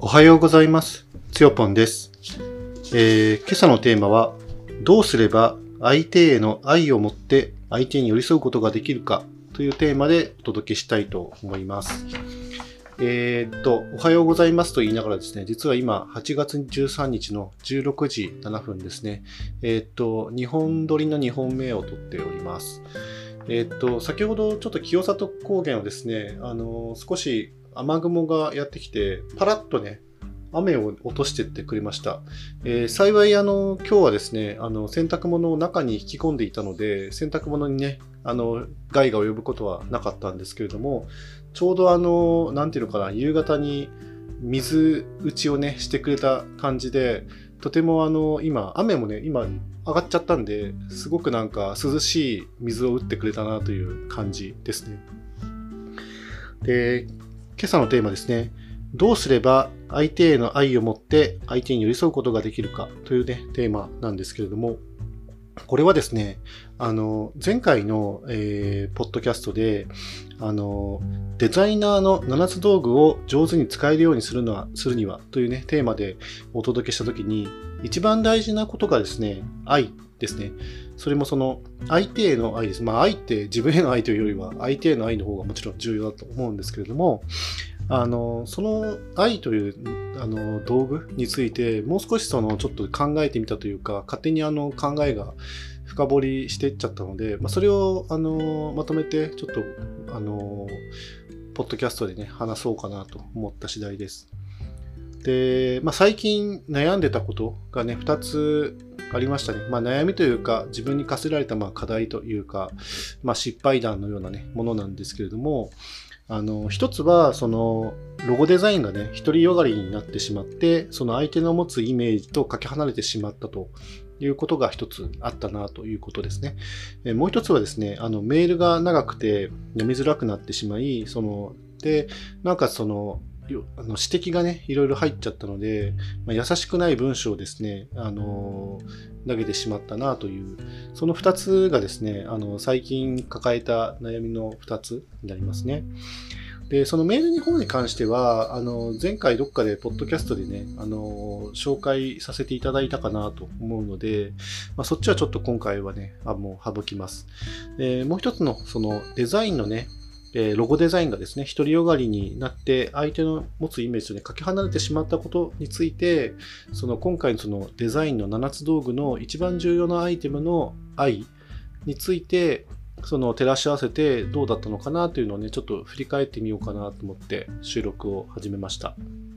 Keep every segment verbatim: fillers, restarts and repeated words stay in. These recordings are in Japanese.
はようございます。つよぽんです、えー。今朝のテーマは、どうすれば相手への愛を持って相手に寄り添うことができるかというテーマでお届けしたいと思います。えー、っと、おはようございますと言いながらですね、実は今はちがつじゅうさんにちのじゅうろくじななふんですね。えー、っと、にほん撮りのにほんめを撮っております。えー、っと、先ほどちょっと清里高原をですね、あの少し雨雲がやってきて、パラッとね、雨を落としてってくれました。えー、幸い、あの、今日はですね、あの、洗濯物を中に引き込んでいたので、洗濯物にね、あの、害が及ぶことはなかったんですけれども、ちょうどあの、なんていうのかな、夕方に水打ちをね、してくれた感じで、とてもあの、今、雨もね、今、上がっちゃったんで、すごくなんか涼しい水を打ってくれたなという感じですね。で、今朝のテーマですね。どうすれば相手への愛を持って相手に寄り添うことができるかというね、テーマなんですけれども、これはですね、あの、前回の、えー、ポッドキャストで、あの、デザイナーのななつ道具を上手に使えるようにするのは、するにはというね、テーマでお届けしたときに、一番大事なことがですね、愛ですね。それもその相手への愛です。まあ愛って自分への愛というよりは相手への愛の方がもちろん重要だと思うんですけれども、あのその愛というあの道具についてもう少しそのちょっと考えてみたというか、勝手にあの考えが深掘りしていっちゃったので、まあ、それをあのまとめてちょっとあのポッドキャストでね話そうかなと思った次第です。で、まあ、最近悩んでたことがねふたつありましたね。まあ、悩みというか自分に課せられたまあ課題というか、まあ、失敗談のようなねものなんですけれども、あの一つはそのロゴデザインがね独りよがりになってしまって、その相手の持つイメージとかけ離れてしまったということが一つあったなということですね。えもう一つはですね、あのメールが長くて読みづらくなってしまい、そのでなんかそのあの指摘がねいろいろ入っちゃったので、まあ、優しくない文章をですね、あの投げてしまったなという、そのふたつがですね、あの最近抱えた悩みのふたつになりますね。で、そのメールの方に関しては、あの前回どっかでポッドキャストでね、あの紹介させていただいたかなと思うので、まあ、そっちはちょっと今回はね、あもう省きます。で、もう一つのそのデザインのね、ロゴデザインがですね、独りよがりになって相手の持つイメージとね、かけ離れてしまったことについて、その今回のそのデザインのななつ道具の一番重要なアイテムの愛について、その照らし合わせてどうだったのかなというのをね、ちょっと振り返ってみようかなと思って収録を始めました。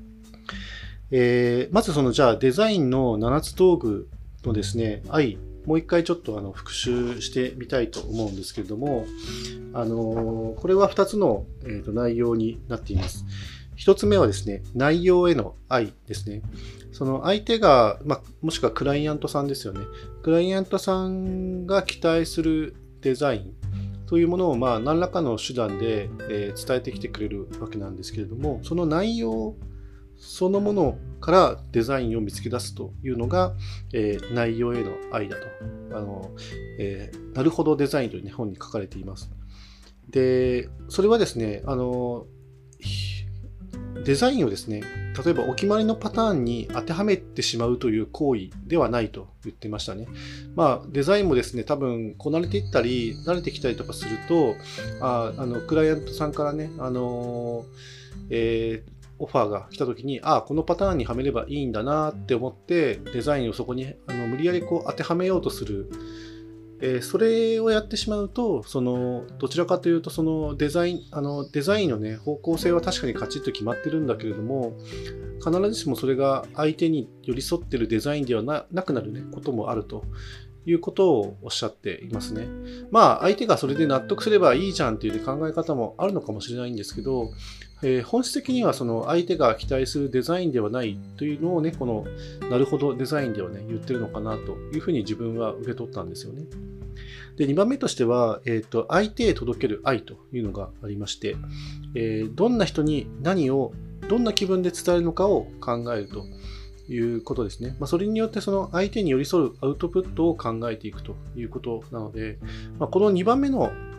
えー、まずそのじゃあデザインのななつ道具のですね、愛、もう一回ちょっとあの復習してみたいと思うんですけれども、あのー、これはふたつの、えーと内容になっています。ひとつめはですね、内容への愛ですね。その相手が、まあ、もしくはクライアントさんですよね。クライアントさんが期待するデザインというものを、まあ、何らかの手段で、えー、伝えてきてくれるわけなんですけれども、その内容そのものからデザインを見つけ出すというのが、えー、内容への愛だと。あの、えー、なるほどデザインという、ね、本に書かれています。で、それはですね、あの、デザインをですね、例えばお決まりのパターンに当てはめてしまうという行為ではないと言ってましたね。まあ、デザインもですね、多分こなれていったり、慣れてきたりとかすると、ああのクライアントさんからね、あのえーオファーが来た時に、ああ、このパターンにはめればいいんだなって思って、デザインをそこにあの無理やりこう当てはめようとする。えー、それをやってしまうと、そのどちらかというと、そのデザイン、あのデザインのね、方向性は確かにカチッと決まってるんだけれども、必ずしもそれが相手に寄り添ってるデザインでは な, なくなる、ね、こともあるということをおっしゃっていますね。まあ、相手がそれで納得すればいいじゃんっていう、ね、考え方もあるのかもしれないんですけど、えー、本質的にはその相手が期待するデザインではないというのをね、このなるほどデザインではね、言ってるのかなというふうに自分は受け取ったんですよね。で、にばんめとしては、えーと、相手へ届ける愛というのがありまして、えー、どんな人に何を、どんな気分で伝えるのかを考えるということですね。まあ、それによってその相手に寄り添うアウトプットを考えていくということなので、まあ、このにばんめの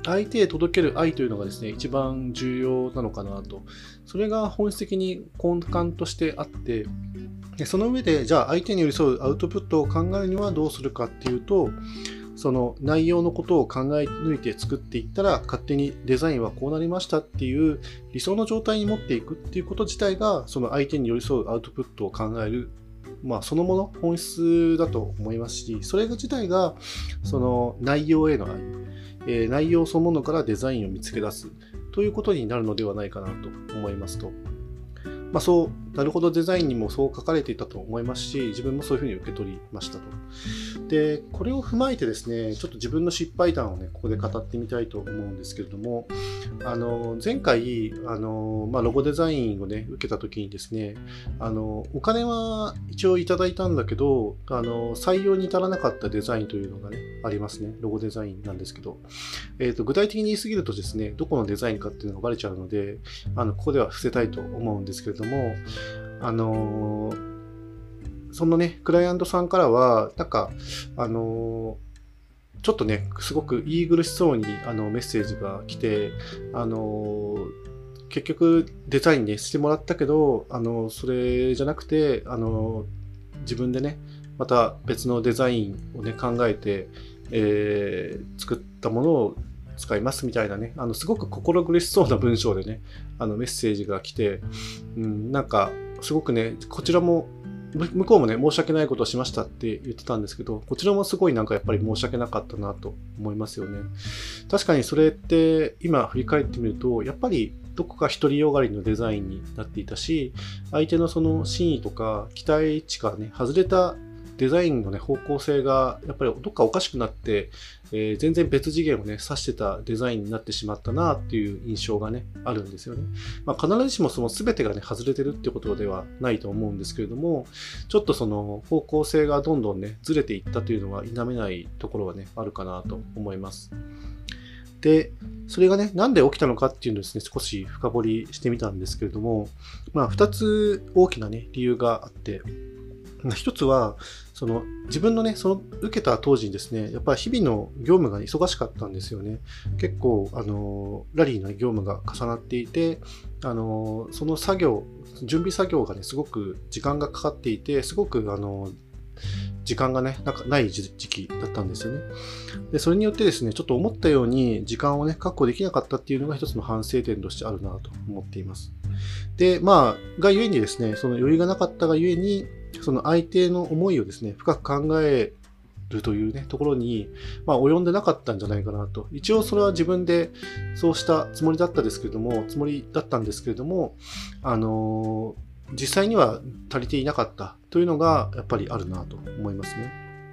相手へ届ける愛というのがですね、一番重要なのかなと。それが本質的に根幹としてあって、でその上で、じゃあ相手に寄り添うアウトプットを考えるにはどうするかっていうと、その内容のことを考え抜いて作っていったら、勝手にデザインはこうなりましたっていう理想の状態に持っていくっていうこと自体が、その相手に寄り添うアウトプットを考える、まあ、そのもの、本質だと思いますし、それ自体がその内容への愛、えー、内容そのものからデザインを見つけ出すということになるのではないかなと思いますと。まあ、そう、なるほどデザインにもそう書かれていたと思いますし、自分もそういうふうに受け取りましたと。で、これを踏まえてですね、ちょっと自分の失敗談をね、ここで語ってみたいと思うんですけれども、あの、前回、あの、まあ、ロゴデザインをね、受けた時にですね、あの、お金は一応いただいたんだけど、あの、採用に至らなかったデザインというのがね、ありますね。ロゴデザインなんですけど、えっと、具体的に言い過ぎるとですね、どこのデザインかっていうのがバレちゃうので、あの、ここでは伏せたいと思うんですけれども、あのー、そのね、クライアントさんからは、なんか、あのー、ちょっとね、すごく言い苦しそうにあのメッセージが来て、あのー、結局デザインね、してもらったけど、あのー、それじゃなくて、あの自分でね、また別のデザインをね、考えて、えー、作ったものを使いますみたいなね、あのすごく心苦しそうな文章でね、あのメッセージが来て、うん、なんかすごくね、こちらも向こうもね、申し訳ないことをしましたって言ってたんですけど、こちらもすごいなんかやっぱり申し訳なかったなと思いますよね。確かにそれって今振り返ってみると、やっぱりどこか独りよがりのデザインになっていたし、相手のその真意とか期待値からね、外れたデザインのね、方向性がやっぱりどっかおかしくなって、えー、全然別次元をね、指してたデザインになってしまったなっていう印象がね、あるんですよね。まあ、必ずしもその全てがね、外れてるってことではないと思うんですけれども、ちょっとその方向性がどんどんね、ずれていったというのは否めないところはね、あるかなと思います。で、それがね、なんで起きたのかっていうのをですね、少し深掘りしてみたんですけれども、まあ、二つ大きなね、理由があって、一つは、その自分のね、その受けた当時にですね、やっぱり日々の業務が忙しかったんですよね。結構、あの、ラリーな業務が重なっていて、あの、その作業、準備作業がね、すごく時間がかかっていて、すごく、あの、時間がね、なんかない時期だったんですよね。で、それによってですね、ちょっと思ったように時間をね、確保できなかったっていうのが一つの反省点としてあるなと思っています。で、まあ、がゆえにですね、その余裕がなかったがゆえに、その相手の思いをですね、深く考えるというね、ところに、まあ、及んでなかったんじゃないかなと。一応それは自分でそうしたつもりだったですけれども、つもりだったんですけれども、あのー、実際には足りていなかったというのがやっぱりあるなと思いますね。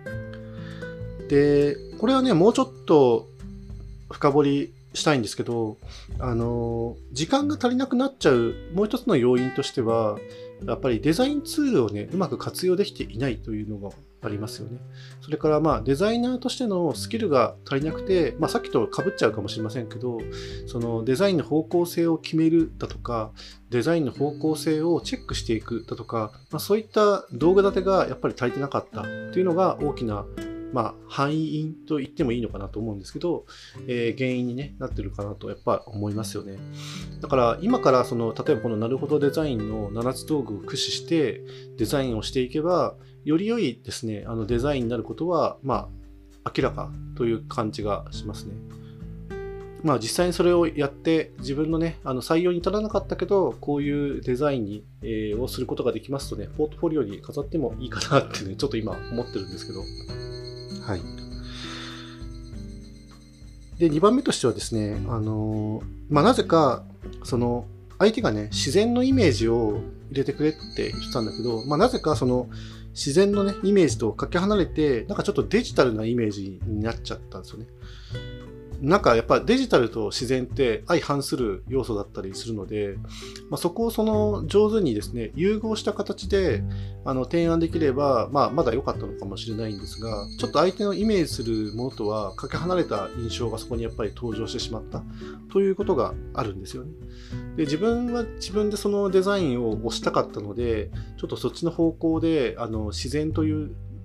で、これはね、もうちょっと深掘りしたいんですけど、あのー、時間が足りなくなっちゃうもう一つの要因としては、やっぱりデザインツールをね、うまく活用できていないというのがありますよね。それからまあデザイナーとしてのスキルが足りなくて、まあさっきと被っちゃうかもしれませんけど、そのデザインの方向性を決めるだとか、デザインの方向性をチェックしていくだとか、まあ、そういった道具立てがやっぱり足りてなかったというのが大きなまあ、敗因と言ってもいいのかなと思うんですけど、えー、原因に、ね、なってるかなとやっぱ思いますよね。だから今からその例えばこのなるほどデザインのななつ道具を駆使してデザインをしていけばより良いですね、あのデザインになることはまあ明らかという感じがしますね。まあ実際にそれをやって自分のね、あの採用に至らなかったけど、こういうデザインに、えー、をすることができますとね、ポートフォリオに飾ってもいいかなってね、ちょっと今思ってるんですけど。はい。で、にばんめとしてはですね、あの、まあ、なぜか、その、相手がね、自然のイメージを入れてくれって言ってたんだけど、まあ、なぜかその、自然のね、イメージとかけ離れて、なんかちょっとデジタルなイメージになっちゃったんですよね。なんかやっぱデジタルと自然って相反する要素だったりするので、まあ、そこをその上手にですね、融合した形であの提案できれば、まあ、まだ良かったのかもしれないんですが、ちょっと相手のイメージするものとはかけ離れた印象がそこにやっぱり登場してしまったということがあるんですよね。で、自分は自分でそのデザインを推したかったので、ちょっとそっちの方向であの自然という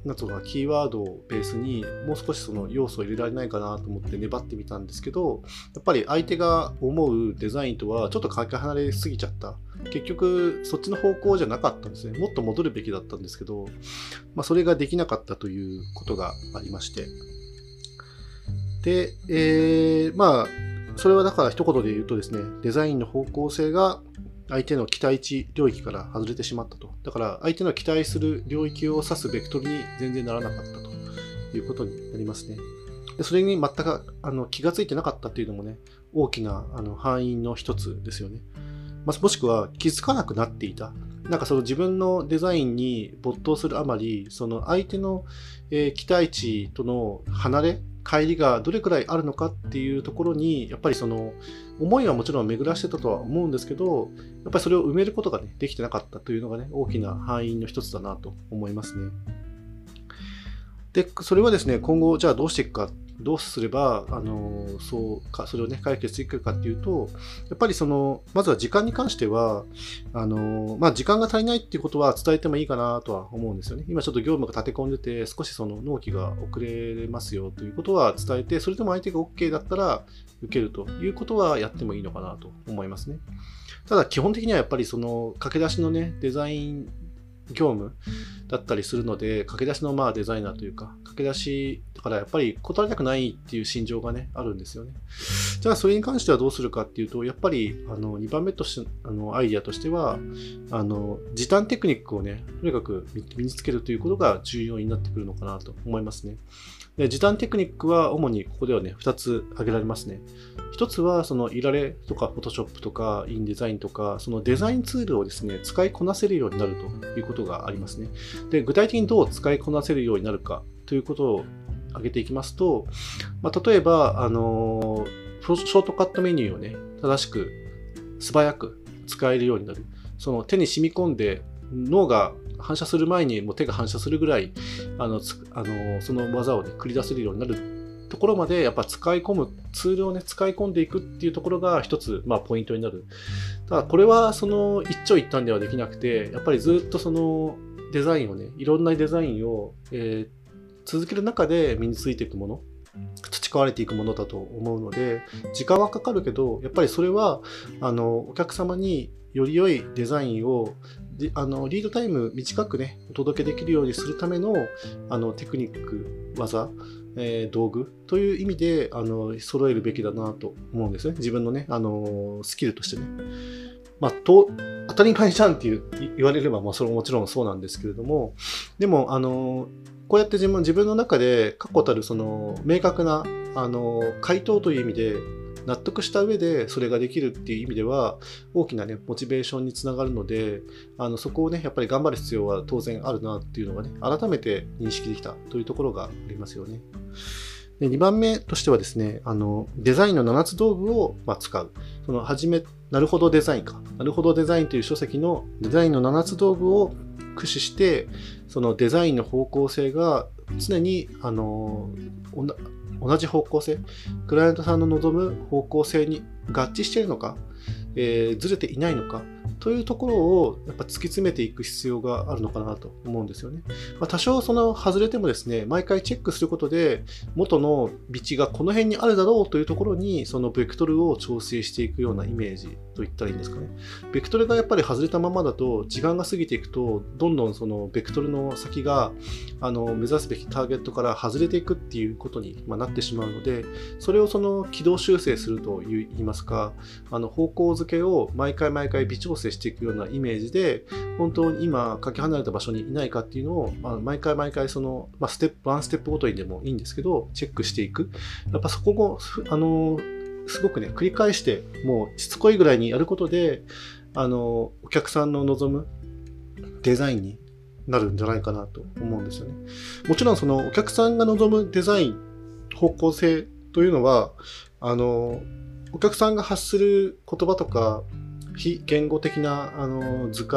なんとかキーワードをベースにもう少しその要素を入れられないかなと思って粘ってみたんですけど、やっぱり相手が思うデザインとはちょっとかけ離れすぎちゃった。結局そっちの方向じゃなかったんですね。もっと戻るべきだったんですけど、まあ、それができなかったということがありまして。で、えー、まあそれはだから一言で言うとですね、デザインの方向性が相手の期待値領域から外れてしまったと。だから相手の期待する領域を指すベクトルに全然ならなかったということになりますね。でそれに全くあの気がついてなかったっていうのもね、大きなあの敗因の一つですよね。まあ、もしくは気づかなくなっていた。なんかその自分のデザインに没頭するあまり、その相手の、えー、期待値との離れ、乖離がどれくらいあるのかっていうところに、やっぱりその思いはもちろん巡らしてたとは思うんですけど、やっぱりそれを埋めることが、ね、できてなかったというのがね、大きな敗因の一つだなと思いますね。で、それはですね、今後じゃあどうしていくか、どうすれば、あのそうかそれをね解決していくかっていうと、やっぱりそのまずは時間に関しては、あのまあ、時間が足りないっていうことは伝えてもいいかなとは思うんですよね。今ちょっと業務が立て込んでて、少しその納期が遅れますよということは伝えて、それでも相手が OK だったら受けるということはやってもいいのかなと思いますね。ただ基本的にはやっぱりその駆け出しのねデザイン業務だったりするので、駆け出しのまあデザイナーというか、駆け出しだからやっぱり断りたくないっていう心情がね、あるんですよね。じゃあそれに関してはどうするかっていうと、やっぱりあのにばんめとしてあのアイディアとしては、あの時短テクニックをね、とにかく身につけるということが重要になってくるのかなと思いますね。で時短テクニックは主にここではね、ふたつ挙げられますね。ひとつは、そのいられとか、Photoshop とか、インデザインとか、そのデザインツールをですね、使いこなせるようになるということがありますね。で、具体的にどう使いこなせるようになるかということを挙げていきますと、まあ、例えば、あのー、ショートカットメニューをね、正しく、素早く使えるようになる。その手に染み込んで、脳が反射する前にもう手が反射するぐらい、あの、あのその技をね、繰り出せるようになるところまでやっぱ使い込む、ツールをね、使い込んでいくっていうところが一つ、まあ、ポイントになる。ただ、これはその一長一短ではできなくて、やっぱりずっとそのデザインをね、いろんなデザインを、えー、続ける中で身についていくもの、培われていくものだと思うので、時間はかかるけど、やっぱりそれは、あの、お客様により良いデザインをであのリードタイム短くね、お届けできるようにするための、あのテクニック、技、えー、道具という意味であの揃えるべきだなと思うんですね。自分のね、あのスキルとしてね。まあ、と当たり前じゃんっていう言われれば、まあ、それももちろんそうなんですけれども、でも、あのこうやって自分自分の中で確固たるその明確なあの回答という意味で、納得した上でそれができるっていう意味では大きなねモチベーションにつながるので、あのそこをねやっぱり頑張る必要は当然あるなっていうのがね改めて認識できたというところがありますよね。でにばんめとしてはですね、あのデザインのななつ道具を、まあ、使う。そのはじめなるほどデザインかなるほどデザインという書籍のデザインのななつ道具を駆使して、そのデザインの方向性が常にあの同じ方向性、クライアントさんの望む方向性に合致しているのか、えー、ずれていないのかというところをやっぱ突き詰めていく必要があるのかなと思うんですよね。まあ、多少その外れてもですね、毎回チェックすることで元の道がこの辺にあるだろうというところにそのベクトルを調整していくようなイメージといったらいいんですかね。ベクトルがやっぱり外れたままだと時間が過ぎていくとどんどんそのベクトルの先があの目指すべきターゲットから外れていくっていうことになってしまうので、それをその軌道修正するといいますか、あの方向づけを毎回毎回微調整していくようなイメージで、本当に今かけ離れた場所にいないかっていうのを、まあ、毎回毎回その、まあ、ステップワンステップごとにでもいいんですけどチェックしていく。やっぱそこもあのすごくね繰り返してもうしつこいぐらいにやることで、あのお客さんの望むデザインになるんじゃないかなと思うんですよね。もちろんそのお客さんが望むデザイン方向性というのは、あのお客さんが発する言葉とか非言語的なあの図解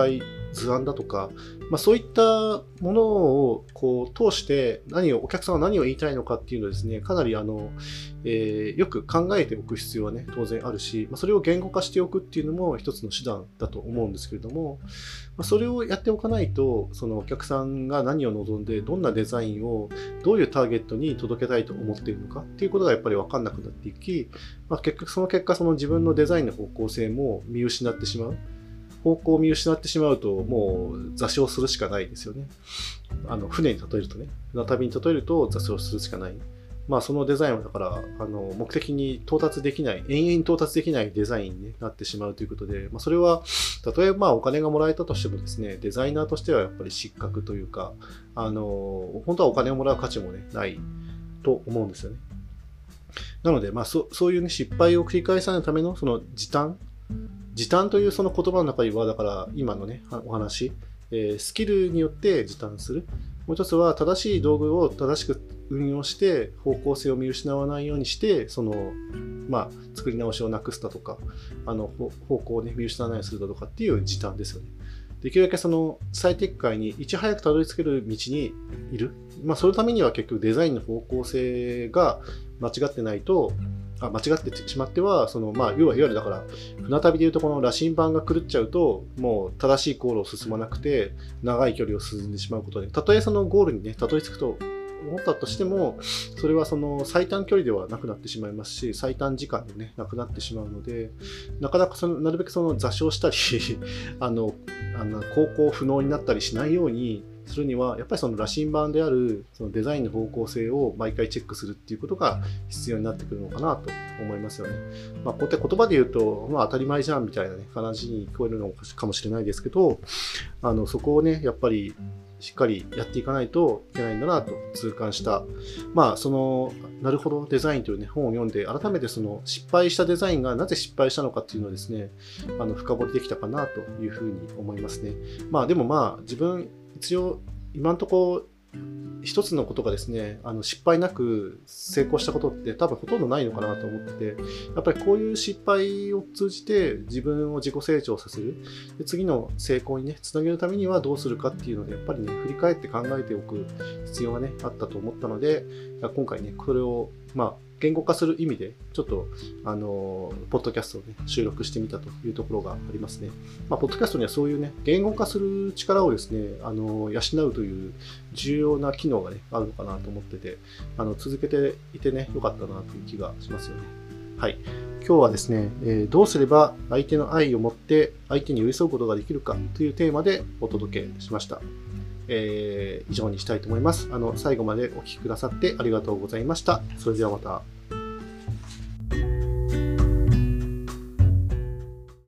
図案だとか、まあ、そういったものをこう通して何を、お客さんは何を言いたいのかっていうのをですね、かなりあの、えー、よく考えておく必要はね、当然あるし、まあ、それを言語化しておくっていうのも一つの手段だと思うんですけれども、まあ、それをやっておかないと、そのお客さんが何を望んで、どんなデザインをどういうターゲットに届けたいと思っているのかっていうことがやっぱり分かんなくなっていき、まあ、結局その結果、その自分のデザインの方向性も見失ってしまう。方向を見失ってしまうと、もう座礁するしかないですよね。あの船に例えるとね、船旅に例えると座礁するしかない。まあそのデザインはだから、あの目的に到達できない、延々に到達できないデザインになってしまうということで、まあ、それは、例えばまあお金がもらえたとしてもですね、デザイナーとしてはやっぱり失格というか、あの本当はお金をもらう価値もね、ないと思うんですよね。なので、まあそ、そういう、ね、失敗を繰り返さないためのその時短、時短というその言葉の中には、だから今のね、お話、えー、スキルによって時短する。もう一つは正しい道具を正しく運用して方向性を見失わないようにして、その、まあ、作り直しをなくすだとか、あの方向を、ね、見失わないようにするだとかっていう時短ですよね。できるだけその最適解にいち早くたどり着ける道にいる。まあ、そのためには結局デザインの方向性が間違ってないと、あ間違ってしまっては、そのまあ、要はいわゆるだから、船旅でいうとこの羅針盤が狂っちゃうと、もう正しい航路を進まなくて、長い距離を進んでしまうことで、たとえそのゴールにね、たどり着くと思ったとしても、それはその最短距離ではなくなってしまいますし、最短時間でね、なくなってしまうので、なかなかそのなるべくその座礁したり、あの、あの航行不能になったりしないように、するには、やっぱりその羅針盤であるそのデザインの方向性を毎回チェックするっていうことが必要になってくるのかなと思いますよね。まあ、こうやって言葉で言うと、まあ当たり前じゃんみたいなね、話に聞こえるのかもしれないですけど、あの、そこをね、やっぱりしっかりやっていかないといけないんだなと痛感した。まあ、その、なるほどデザインというね、本を読んで、改めてその失敗したデザインがなぜ失敗したのかっていうのをですね、あの、深掘りできたかなというふうに思いますね。まあ、でもまあ、自分、一応、今のところ、一つのことがですね、あの失敗なく成功したことって多分ほとんどないのかなと思ってて、やっぱりこういう失敗を通じて自分を自己成長させる、で次の成功にね、つなげるためにはどうするかっていうので、やっぱりね、振り返って考えておく必要がね、あったと思ったので、今回ね、これを、まあ、言語化する意味で、ちょっと、あの、ポッドキャストをね、収録してみたというところがありますね。まあ、ポッドキャストにはそういうね、言語化する力をですね、あの、養うという重要な機能がね、あるのかなと思ってて、あの、続けていてね、よかったなという気がしますよね。はい。今日はですね、えー、どうすれば相手の愛を持って相手に寄り添うことができるかというテーマでお届けしました。えー、以上にしたいと思います。あの、最後までお聞きくださってありがとうございました。それではまた。